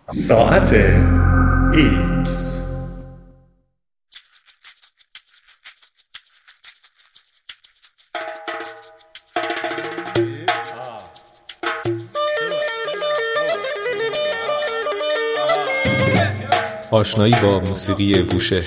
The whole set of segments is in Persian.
ساعت ایکس. آشنایی با موسیقی بوشهر.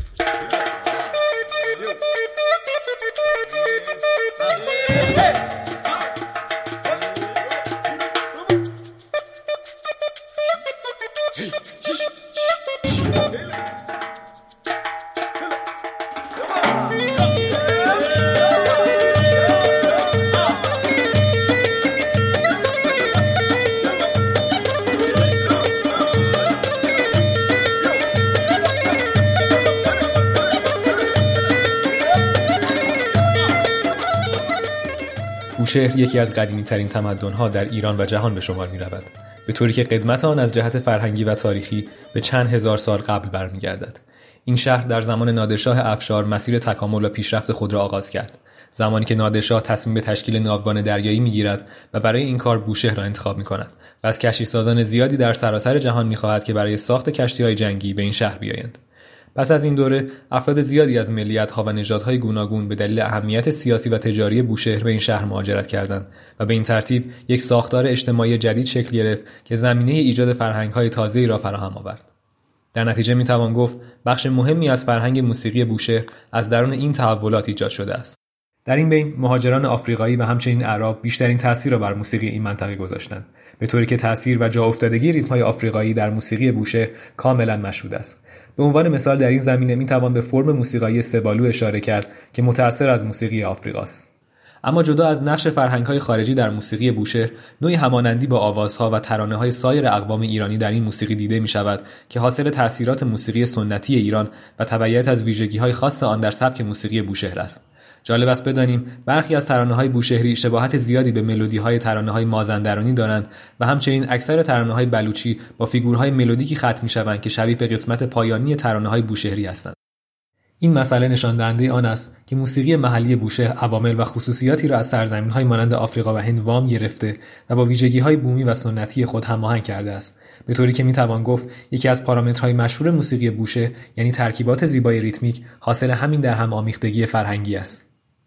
بوشهر یکی از قدیمی‌ترین تمدن‌ها در ایران و جهان به شمار می‌رود، به طوری که قدمت آن از جهت فرهنگی و تاریخی به چند هزار سال قبل برمی‌گردد. این شهر در زمان نادرشاه افشار مسیر تکامل و پیشرفت خود را آغاز کرد، زمانی که نادرشاه تصمیم به تشکیل ناوگان دریایی می‌گیرد و برای این کار بوشهر را انتخاب می‌کند و از کشتیسازان زیادی در سراسر جهان می‌خواهد که برای ساخت کشتی‌های جنگی به این شهر بیایند. پس از این دوره افراد زیادی از ملیت‌ها و نژادهای گوناگون به دلیل اهمیت سیاسی و تجاری بوشهر به این شهر مهاجرت کردند و به این ترتیب یک ساختار اجتماعی جدید شکل گرفت که زمینه ایجاد فرهنگ‌های تازه‌ای را فراهم آورد. در نتیجه میتوان گفت بخش مهمی از فرهنگ موسیقی بوشهر از درون این تحولات ایجاد شده است. در این بین مهاجران آفریقایی و همچنین اعراب بیشترین تأثیر را بر موسیقی این منطقه گذاشتند، به طوری که تأثیر و جا افتادگی ریتم‌های آفریقایی در موسیقی بوشهر کاملا مشهود است. به عنوان مثال در این زمینه میتوان به فرم موسیقایی سه‌بالو اشاره کرد که متأثر از موسیقی آفریقاست. اما جدا از نقش فرهنگ‌های خارجی در موسیقی بوشهر، نوعی همانندی با آوازها و ترانه‌های سایر اقوام ایرانی در این موسیقی دیده می‌شود که حاصل تأثیرات موسیقی سنتی ایران و تبعیت از ویژگی‌های خاص آن در سبک موسیقی بوشهر است. جالب است بدانیم برخی از ترانه‌های بوشهری شباهت زیادی به ملودی‌های ترانه‌های مازندرانی دارند و همچنین اکثر ترانه‌های بلوچی با فیگورهای ملودیکی ختم می‌شوند که شبیه به قسمت پایانی ترانه‌های بوشهری هستند. این مسئله نشان دهنده آن است که موسیقی محلی بوشهر عوامل و خصوصیاتی را از سرزمین‌های مانند آفریقا و هند وام گرفته و با ویژگی‌های بومی و سنتی خود هماهنگ کرده است، به طوری که می‌توان گفت یکی از پارامترهای مشهور موسیقی بوشهر، یعنی ترکیبات زیبای ریتمیک، حاصل همین در هم آمیختگی فرهنگی است.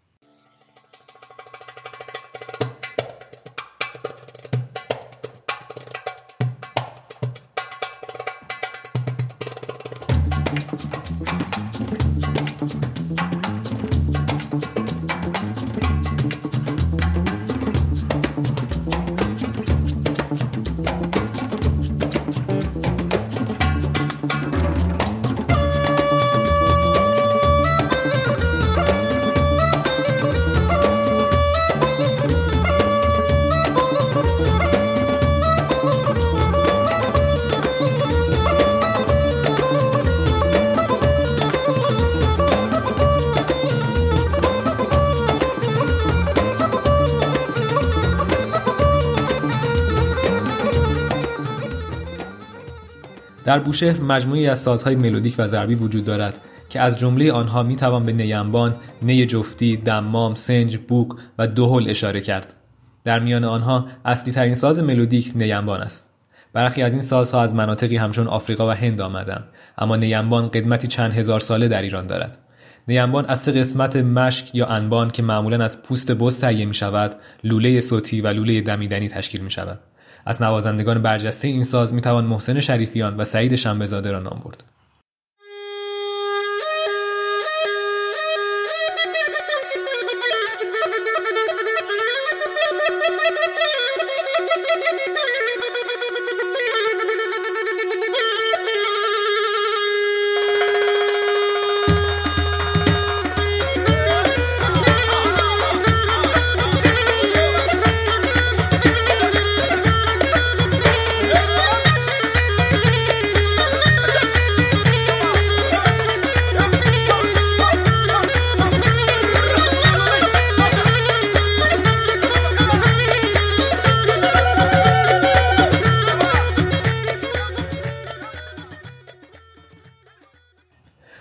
در بوشهر مجموعه‌ای از سازهای ملودیک و ضربی وجود دارد که از جمله آنها میتوان به نیمبان، نی جفتی، دمام، سنج، بوق و دهل اشاره کرد. در میان آنها اصلی ترین ساز ملودیک نیمبان است. برخی از این سازها از مناطقی همچون آفریقا و هند آمدند، اما نیمبان قدمتی چند هزار ساله در ایران دارد. نیمبان از سه قسمت مشک یا انبان که معمولاً از پوست بز تهیه می‌شود، لوله صوتی و لوله دمیدنی تشکیل می‌شود. از نوازندگان برجسته این ساز میتوان محسن شریفیان و سعید شنبه‌زاده را نام برد.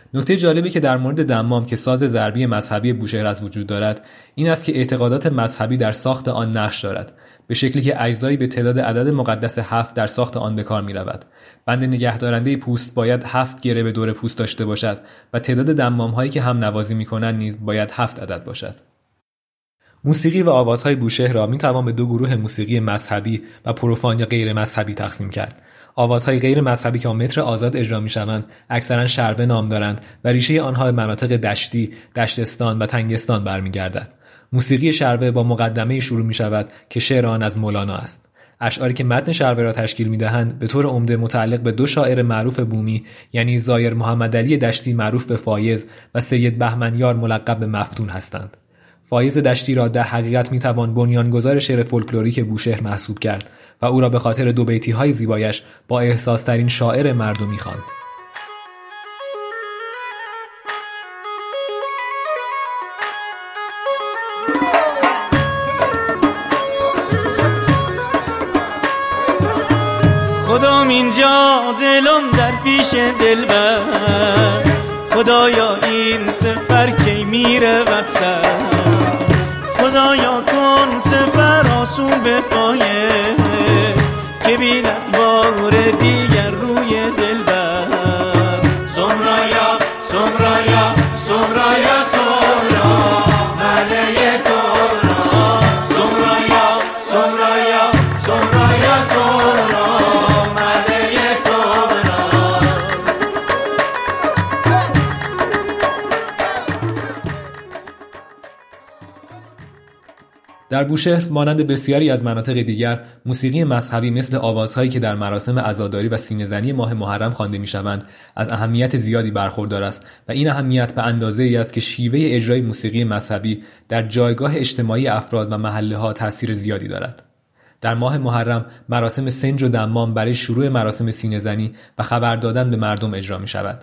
نکته جالبی که در مورد دمام که ساز ضربی مذهبی بوشهر از وجود دارد این است که اعتقادات مذهبی در ساخت آن نقش دارد، به شکلی که اجزایی به تعداد عدد مقدس 7 در ساخت آن به کار می رود. بند نگهدارنده پوست باید 7 گره به دور پوست داشته باشد و تعداد دمام هایی که هم نوازی می کنند نیز باید 7 عدد باشد. موسیقی و آوازهای بوشهر را می توان به دو گروه موسیقی مذهبی و پروفان یا غیر مذهبی تقسیم کرد. آوازهای غیر مذهبی که با متر آزاد اجرا می شوند اکثرا شربه نام دارند و ریشه آنها به مناطق دشتی، دشتستان و تنگستان برمیگردد. موسیقی شربه با مقدمه شروع می شود که شعر آن از مولانا است. اشعاری که متن شربه را تشکیل می دهند به طور عمده متعلق به دو شاعر معروف بومی یعنی زایر محمدعلی دشتی معروف به فایز و سید بهمنیار ملقب به مفتون هستند. فایز دشتی را در حقیقت می توان بنیانگذار شعر فولکلوریک بوشهر محسوب کرد و او را به خاطر دو بیتی های زیبایش با احساس ترین شاعر مردمی خواند. خدام اینجا دلم در پیش دلبر، خدایا این سفر کی میره سر، خدایا کن سفر آسون بفایه که بیند بار دیگر روی دلبر. سمرایا سمرایا سمرایا سمرا ملیه کورا، سمرایا سمرایا سمرایا سمرا ملیه کورا. در بوشهر مانند بسیاری از مناطق دیگر موسیقی مذهبی مثل آوازهایی که در مراسم عزاداری و سینه‌زنی ماه محرم خوانده می‌شوند از اهمیت زیادی برخوردار است و این اهمیت به اندازه‌ای است که شیوه اجرای موسیقی مذهبی در جایگاه اجتماعی افراد و محله‌ها تأثیر زیادی دارد. در ماه محرم مراسم سنج و دمام برای شروع مراسم سینه‌زنی و خبر دادن به مردم اجرا می‌شود.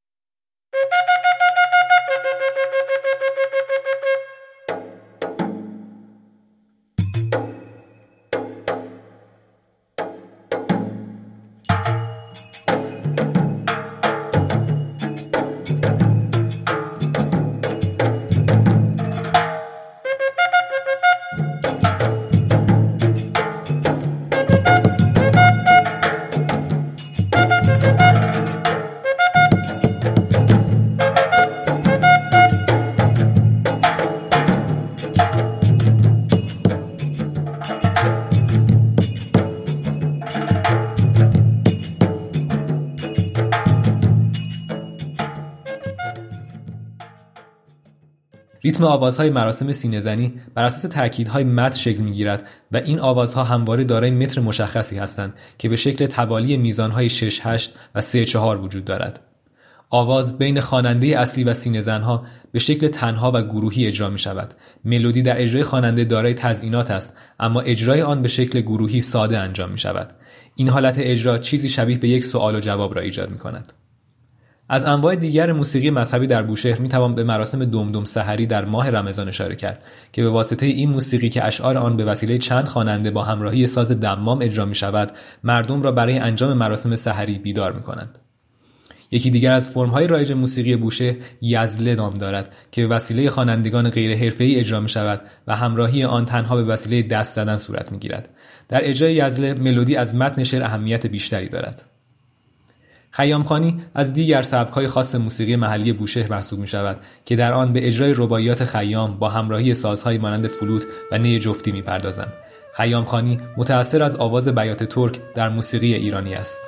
ریتم آوازهای مراسم سینه‌زنی بر اساس تأکیدهای مد شکل می‌گیرد و این آوازها همواره دارای متر مشخصی هستند که به شکل توالی میزانهای 6-8 و 3-4 وجود دارد. آواز بین خواننده اصلی و سینه‌زنها به شکل تنها و گروهی اجرا می‌شود. ملودی در اجرای خواننده دارای تزیینات است، اما اجرای آن به شکل گروهی ساده انجام می‌شود. این حالت اجرا چیزی شبیه به یک سوال و جواب را ایجاد می‌کند. از انواع دیگر موسیقی مذهبی در بوشهر میتوان به مراسم دمدم سحری در ماه رمضان اشاره کرد که به واسطه این موسیقی که اشعار آن به وسیله چند خواننده با همراهی ساز دمام اجرا میشود، مردم را برای انجام مراسم سحری بیدار میکنند. یکی دیگر از فرم‌های رایج موسیقی بوشهر یزله نام دارد که به وسیله خوانندگان غیر حرفه‌ای اجرا میشود و همراهی آن تنها به وسیله دست زدن صورت میگیرد. در اجرای یزله ملودی از متن شعر اهمیت بیشتری دارد. خیامخوانی از دیگر سبک‌های خاص موسیقی محلی بوشهر محسوب می‌شود که در آن به اجرای رباعیات خیام با همراهی سازهای مانند فلوت و نی جفتی می‌پردازند. خیامخوانی متأثر از آواز بیات ترک در موسیقی ایرانی است.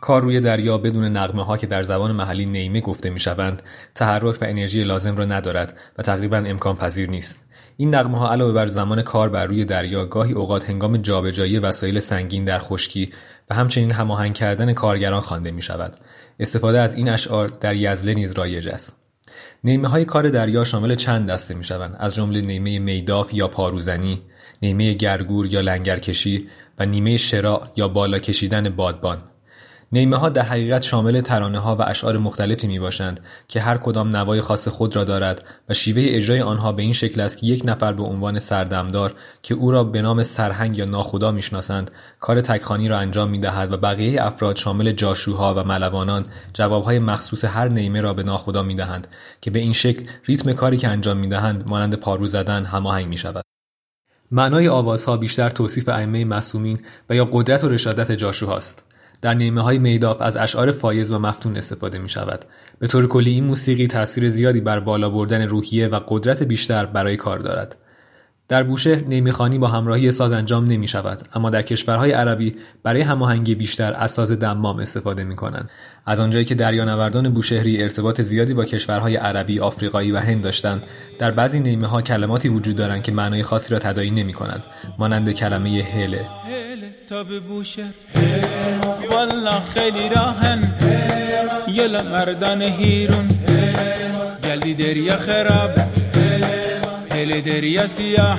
کار روی دریا بدون نغمه‌ها که در زبان محلی نیمه گفته می‌شوند، تحرک و انرژی لازم را ندارد و تقریباً امکان پذیر نیست. این نغمه‌ها علاوه بر زمان کار بر روی دریا، گاهی اوقات هنگام جابجایی وسایل سنگین در خشکی و همچنین هماهنگ کردن کارگران خوانده می‌شود. استفاده از این اشعار در یزله نیز رایج است. نیمه‌های کار دریا شامل چند دسته می‌شوند، از جمله نیمه میداف یا پاروزنی، نیمه گرگور یا لنگرکشی و نیمه شراع یا بالا کشیدن بادبان. نیمه‌ها در حقیقت شامل ترانه‌ها و اشعار مختلفی میباشند که هر کدام نوای خاص خود را دارد و شیوه اجرای آنها به این شکل است که یک نفر به عنوان سردمدار که او را به نام سرهنگ یا ناخدا میشناسند کار تکخوانی را انجام میدهد و بقیه افراد شامل جاشوها و ملوانان جوابهای مخصوص هر نیمه را به ناخدا میدهند که به این شکل ریتم کاری که انجام میدهند مانند پارو زدن هماهنگ میشود. معنای آوازها بیشتر توصیف ائمه معصومین و یا قدرت و رشادت جاشوهاست. در نیمه‌های میداف از اشعار فایز و مفتون استفاده می‌شود. به طور کلی این موسیقی تأثیر زیادی بر بالا بردن روحیه و قدرت بیشتر برای کار دارد. در بوشهر نیمه‌خوانی با همراهی ساز انجام نمی‌شود، اما در کشورهای عربی برای هماهنگی بیشتر از ساز دمام استفاده می‌کنند. از آنجایی که دریانوردان بوشهری ارتباط زیادی با کشورهای عربی، آفریقایی و هند داشتند، در بعضی نیمه‌ها کلماتی وجود دارند که معنای خاصی را تداعی نمی‌کنند، مانند کلمه هله. تا به بوشهر والله خیلی راهن یلا مردان هیرون جلدی دریا خراب هل دریا سیاح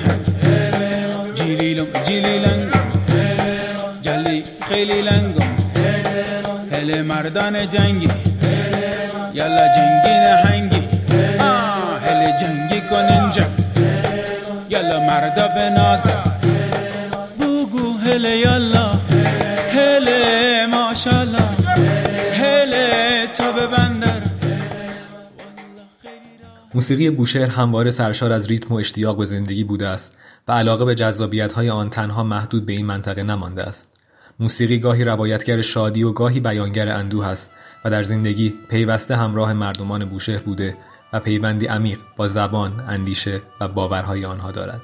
جلیلنگ جلدی خیلی لنگم هل مردان جنگی یلا جنگی نهنگی هل جنگی کن اینجا یلا مردا به نازه هله یالا هله ماشاءالله هله تا به بندر. موسیقی بوشهر همواره سرشار از ریتم و اشتیاق به زندگی بوده است و علاقه به جذابیت‌های آن تنها محدود به این منطقه نمانده است. موسیقی گاهی روایتگر شادی و گاهی بیانگر اندوه است و در زندگی پیوسته همراه مردمان بوشهر بوده و پیوندی عمیق با زبان، اندیشه و باورهای آنها دارد.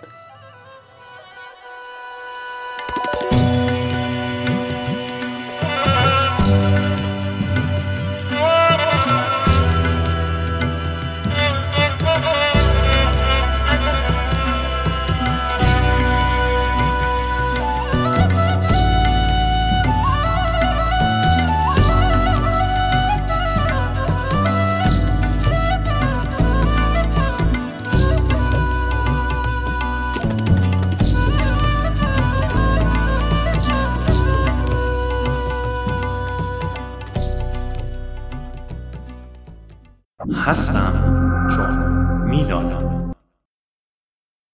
هستم چون میدانم.